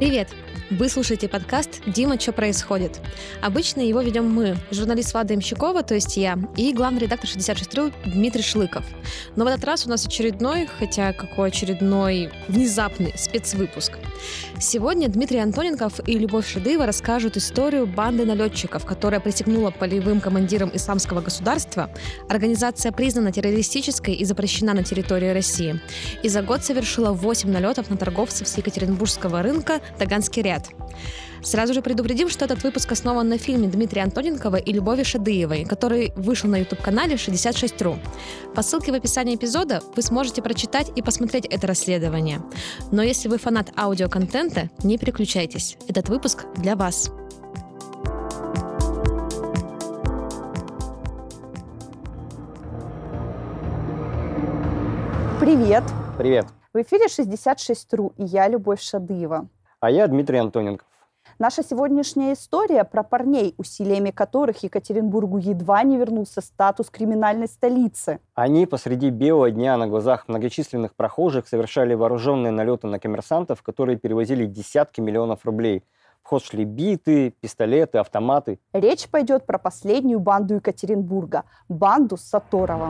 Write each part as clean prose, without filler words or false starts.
Привет! Вы слушаете подкаст «Дима, что происходит?». Обычно его ведем мы, журналист Влада Ямщикова, то есть я, и главный редактор 66.ru Дмитрий Шлыков. Но в этот раз у нас очередной, хотя какой очередной, внезапный спецвыпуск. Сегодня Дмитрий Антоненков и Любовь Шадыева расскажут историю банды налетчиков, которая присягнула полевым командирам исламского государства. Организация признана террористической и запрещена на территории России. И за год совершила 8 налетов на торговцев с екатеринбургского рынка «Таганский ряд». Сразу же предупредим, что этот выпуск основан на фильме Дмитрия Антоненкова и Любови Шадыевой, который вышел на YouTube-канале 66.ru. По ссылке в описании эпизода вы сможете прочитать и посмотреть это расследование. Но если вы фанат аудиоконтента, не переключайтесь. Этот выпуск для вас. Привет! Привет! В эфире 66.ru и я, Любовь Шадыева. А я Дмитрий Антоненков. Наша сегодняшняя история про парней, усилиями которых Екатеринбургу едва не вернулся статус криминальной столицы. Они посреди белого дня на глазах многочисленных прохожих совершали вооруженные налеты на коммерсантов, которые перевозили десятки миллионов рублей. В ход шли биты, пистолеты, автоматы. Речь пойдет про последнюю банду Екатеринбурга – банду Сатторова.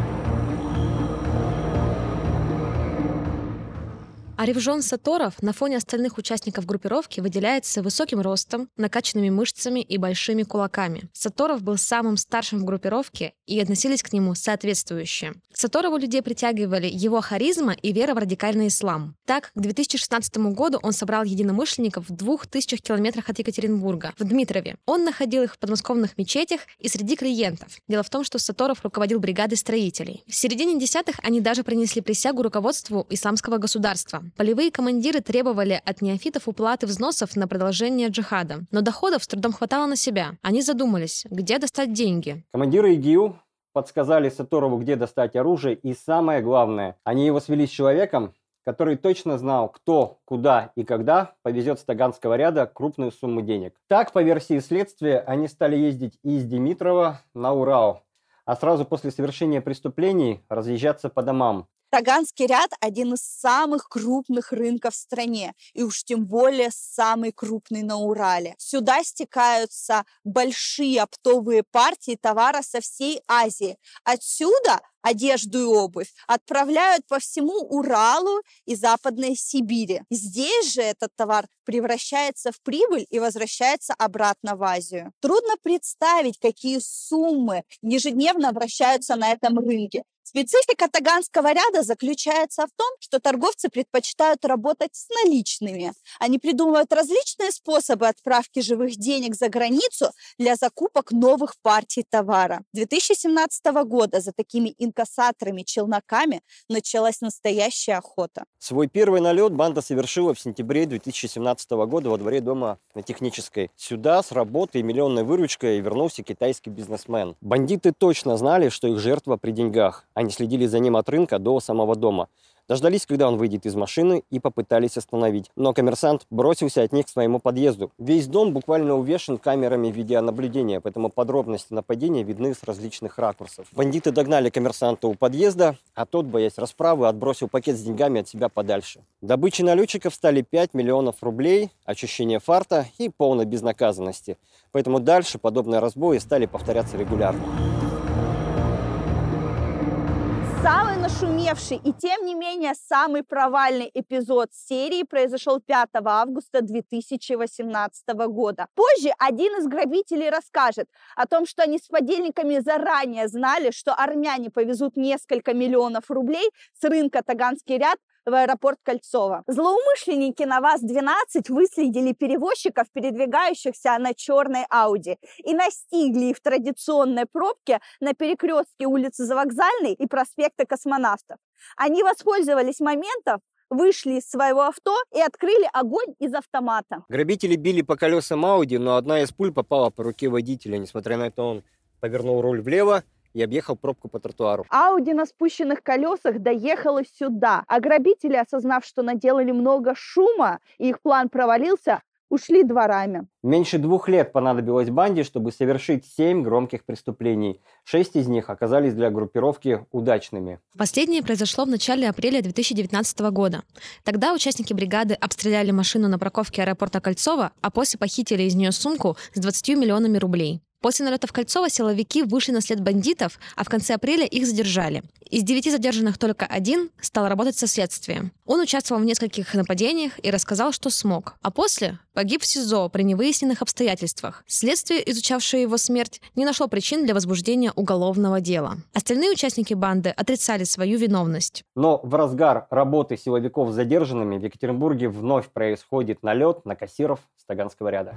Аревжон Сатторов на фоне остальных участников группировки выделяется высоким ростом, накачанными мышцами и большими кулаками. Сатторов был самым старшим в группировке, и относились к нему соответствующе. К Сатторову людей притягивали его харизма и вера в радикальный ислам. Так, к 2016 году он собрал единомышленников в 2000 километрах от Екатеринбурга, в Дмитрове. Он находил их в подмосковных мечетях и среди клиентов. Дело в том, что Сатторов руководил бригадой строителей. В середине десятых они даже принесли присягу руководству исламского государства. Полевые командиры требовали от неофитов уплаты взносов на продолжение джихада. Но доходов с трудом хватало на себя. Они задумались, где достать деньги. Командиры ИГИЛ подсказали Сатторову, где достать оружие, и самое главное, они его свели с человеком, который точно знал, кто, куда и когда повезет с Таганского ряда крупную сумму денег. Так, по версии следствия, они стали ездить из Димитрова на Урал, а сразу после совершения преступлений разъезжаться по домам. Таганский ряд – один из самых крупных рынков в стране, и уж тем более самый крупный на Урале. Сюда стекаются большие оптовые партии товара со всей Азии. Отсюда одежду и обувь отправляют по всему Уралу и Западной Сибири. Здесь же этот товар превращается в прибыль и возвращается обратно в Азию. Трудно представить, какие суммы ежедневно вращаются на этом рынке. Специфика Таганского ряда заключается в том, что торговцы предпочитают работать с наличными. Они придумывают различные способы отправки живых денег за границу для закупок новых партий товара. С 2017 года за такими инкассаторами-челноками началась настоящая охота. Свой первый налет банда совершила в сентябре 2017 года во дворе дома на Технической. Сюда с работой и миллионной выручкой вернулся китайский бизнесмен. Бандиты точно знали, что их жертва при деньгах. Они следили за ним от рынка до самого дома. Дождались, когда он выйдет из машины, и попытались остановить. Но коммерсант бросился от них к своему подъезду. Весь дом буквально увешан камерами видеонаблюдения, поэтому подробности нападения видны с различных ракурсов. Бандиты догнали коммерсанта у подъезда, а тот, боясь расправы, отбросил пакет с деньгами от себя подальше. Добычей налетчиков стали 5 миллионов рублей, ощущение фарта и полной безнаказанности. Поэтому дальше подобные разбои стали повторяться регулярно. Самый нашумевший и, тем не менее, самый провальный эпизод серии произошел 5 августа 2018 года. Позже один из грабителей расскажет о том, что они с подельниками заранее знали, что армяне повезут несколько миллионов рублей с рынка Таганский ряд в аэропорт Кольцово. Злоумышленники на ВАЗ-12 выследили перевозчиков, передвигающихся на черной Ауди, и настигли их в традиционной пробке на перекрестке улицы Завокзальной и проспекта Космонавтов. Они воспользовались моментом, вышли из своего авто и открыли огонь из автомата. Грабители били по колесам Ауди, но одна из пуль попала по руке водителя. Несмотря на это, он повернул руль влево и объехал пробку по тротуару. Ауди на спущенных колесах доехала сюда, а грабители, осознав, что наделали много шума и их план провалился, ушли дворами. Меньше 2 лет понадобилось банде, чтобы совершить 7 громких преступлений. 6 из них оказались для группировки удачными. Последнее произошло в начале апреля 2019 года. Тогда участники бригады обстреляли машину на парковке аэропорта Кольцово, а после похитили из нее сумку с 20 миллионами рублей. После налета в Кольцово силовики вышли на след бандитов, а в конце апреля их задержали. Из 9 задержанных только 1 стал работать со следствием. Он участвовал в нескольких нападениях и рассказал, что смог. А после погиб в СИЗО при невыясненных обстоятельствах. Следствие, изучавшее его смерть, не нашло причин для возбуждения уголовного дела. Остальные участники банды отрицали свою виновность. Но в разгар работы силовиков с задержанными в Екатеринбурге вновь происходит налет на кассиров с Таганского ряда.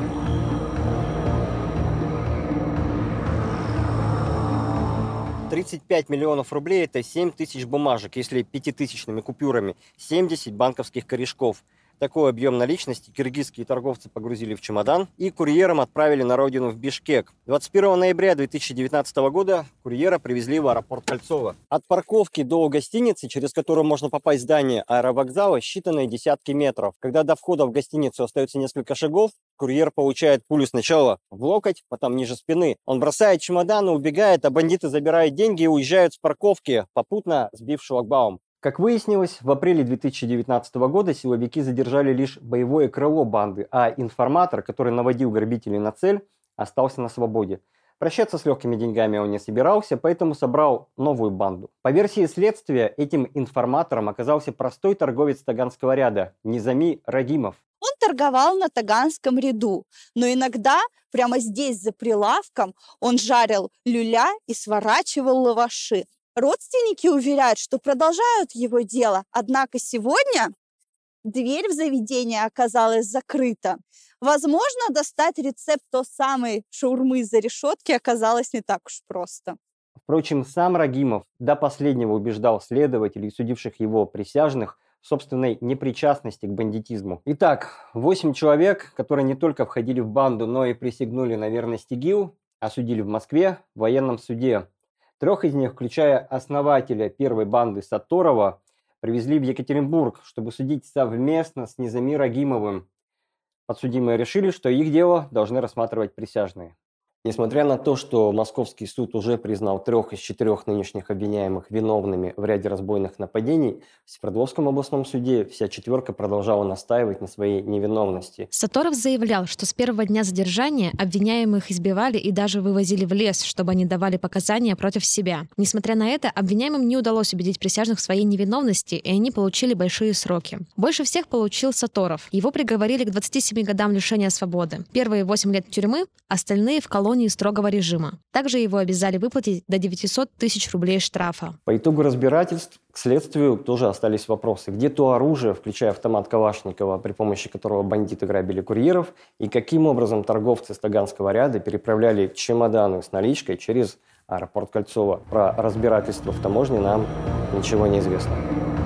35 миллионов рублей – это 7 тысяч бумажек, если 5000-ми купюрами, 70 банковских корешков. Такой объем наличности киргизские торговцы погрузили в чемодан и курьером отправили на родину в Бишкек. 21 ноября 2019 года курьера привезли в аэропорт Кольцово. От парковки до гостиницы, через которую можно попасть в здание аэровокзала, считанные десятки метров. Когда до входа в гостиницу остается несколько шагов, курьер получает пулю сначала в локоть, потом ниже спины. Он бросает чемодан и убегает, а бандиты забирают деньги и уезжают с парковки, попутно сбив шлагбаум. Как выяснилось, в апреле 2019 года силовики задержали лишь боевое крыло банды, а информатор, который наводил грабителей на цель, остался на свободе. Прощаться с легкими деньгами он не собирался, поэтому собрал новую банду. По версии следствия, этим информатором оказался простой торговец Таганского ряда Низами Рагимов. Он торговал на Таганском ряду, но иногда прямо здесь за прилавком он жарил люля и сворачивал лаваши. Родственники уверяют, что продолжают его дело, однако сегодня дверь в заведение оказалась закрыта. Возможно, достать рецепт той самой шаурмы из-за решетки оказалось не так уж просто. Впрочем, сам Рагимов до последнего убеждал следователей и судивших его присяжных в собственной непричастности к бандитизму. Итак, 8 человек, которые не только входили в банду, но и присягнули на верность ИГИЛ, осудили в Москве в военном суде. 3 из них, включая основателя первой банды Сатторова, привезли в Екатеринбург, чтобы судить совместно с Низами Рагимовым. Подсудимые решили, что их дело должны рассматривать присяжные. Несмотря на то, что Московский суд уже признал 3 из 4 нынешних обвиняемых виновными в ряде разбойных нападений, в Свердловском областном суде вся четверка продолжала настаивать на своей невиновности. Сатторов заявлял, что с первого дня задержания обвиняемых избивали и даже вывозили в лес, чтобы они давали показания против себя. Несмотря на это, обвиняемым не удалось убедить присяжных в своей невиновности, и они получили большие сроки. Больше всех получил Сатторов. Его приговорили к 27 годам лишения свободы. Первые 8 лет тюрьмы, остальные в колонии строгого режима. Также его обязали выплатить до 900 тысяч рублей штрафа. По итогу разбирательств к следствию тоже остались вопросы. Где то оружие, включая автомат Калашникова, при помощи которого бандиты грабили курьеров, и каким образом торговцы с Таганского ряда переправляли чемоданы с наличкой через аэропорт Кольцово. Про разбирательство в таможне нам ничего не известно.